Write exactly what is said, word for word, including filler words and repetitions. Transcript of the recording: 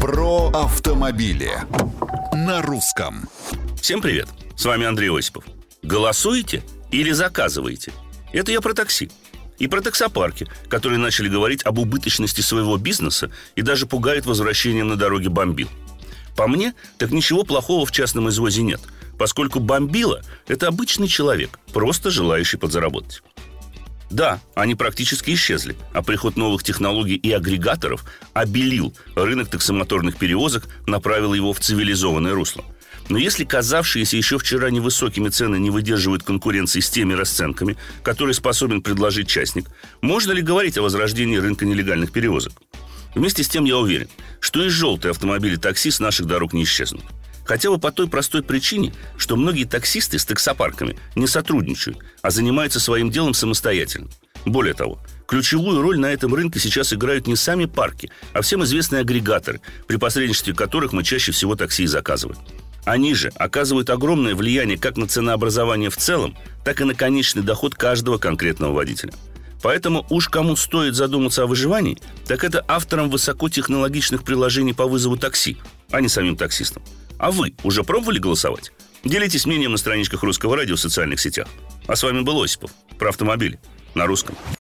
Про автомобили на русском. Всем привет, с вами Андрей Осипов. Голосуете или заказываете? Это я про такси. И про таксопарки, которые начали говорить об убыточности своего бизнеса и даже пугают возвращением на дороге бомбил. По мне, так ничего плохого в частном извозе нет, поскольку бомбила – это обычный человек, просто желающий подзаработать. Да, они практически исчезли, а приход новых технологий и агрегаторов обелил рынок таксомоторных перевозок, направил его в цивилизованное русло. Но если казавшиеся еще вчера невысокими цены не выдерживают конкуренции с теми расценками, которые способен предложить частник, можно ли говорить о возрождении рынка нелегальных перевозок? Вместе с тем я уверен, что и желтые автомобили такси с наших дорог не исчезнут. Хотя бы по той простой причине, что многие таксисты с таксопарками не сотрудничают, а занимаются своим делом самостоятельно. Более того, ключевую роль на этом рынке сейчас играют не сами парки, а всем известные агрегаторы, при посредничестве которых мы чаще всего такси и заказываем. Они же оказывают огромное влияние как на ценообразование в целом, так и на конечный доход каждого конкретного водителя. Поэтому уж кому стоит задуматься о выживании, так это авторам высокотехнологичных приложений по вызову такси, а не самим таксистам. А вы уже пробовали голосовать? Делитесь мнением на страничках Русского радио в социальных сетях. А с вами был Осипов про автомобили на русском.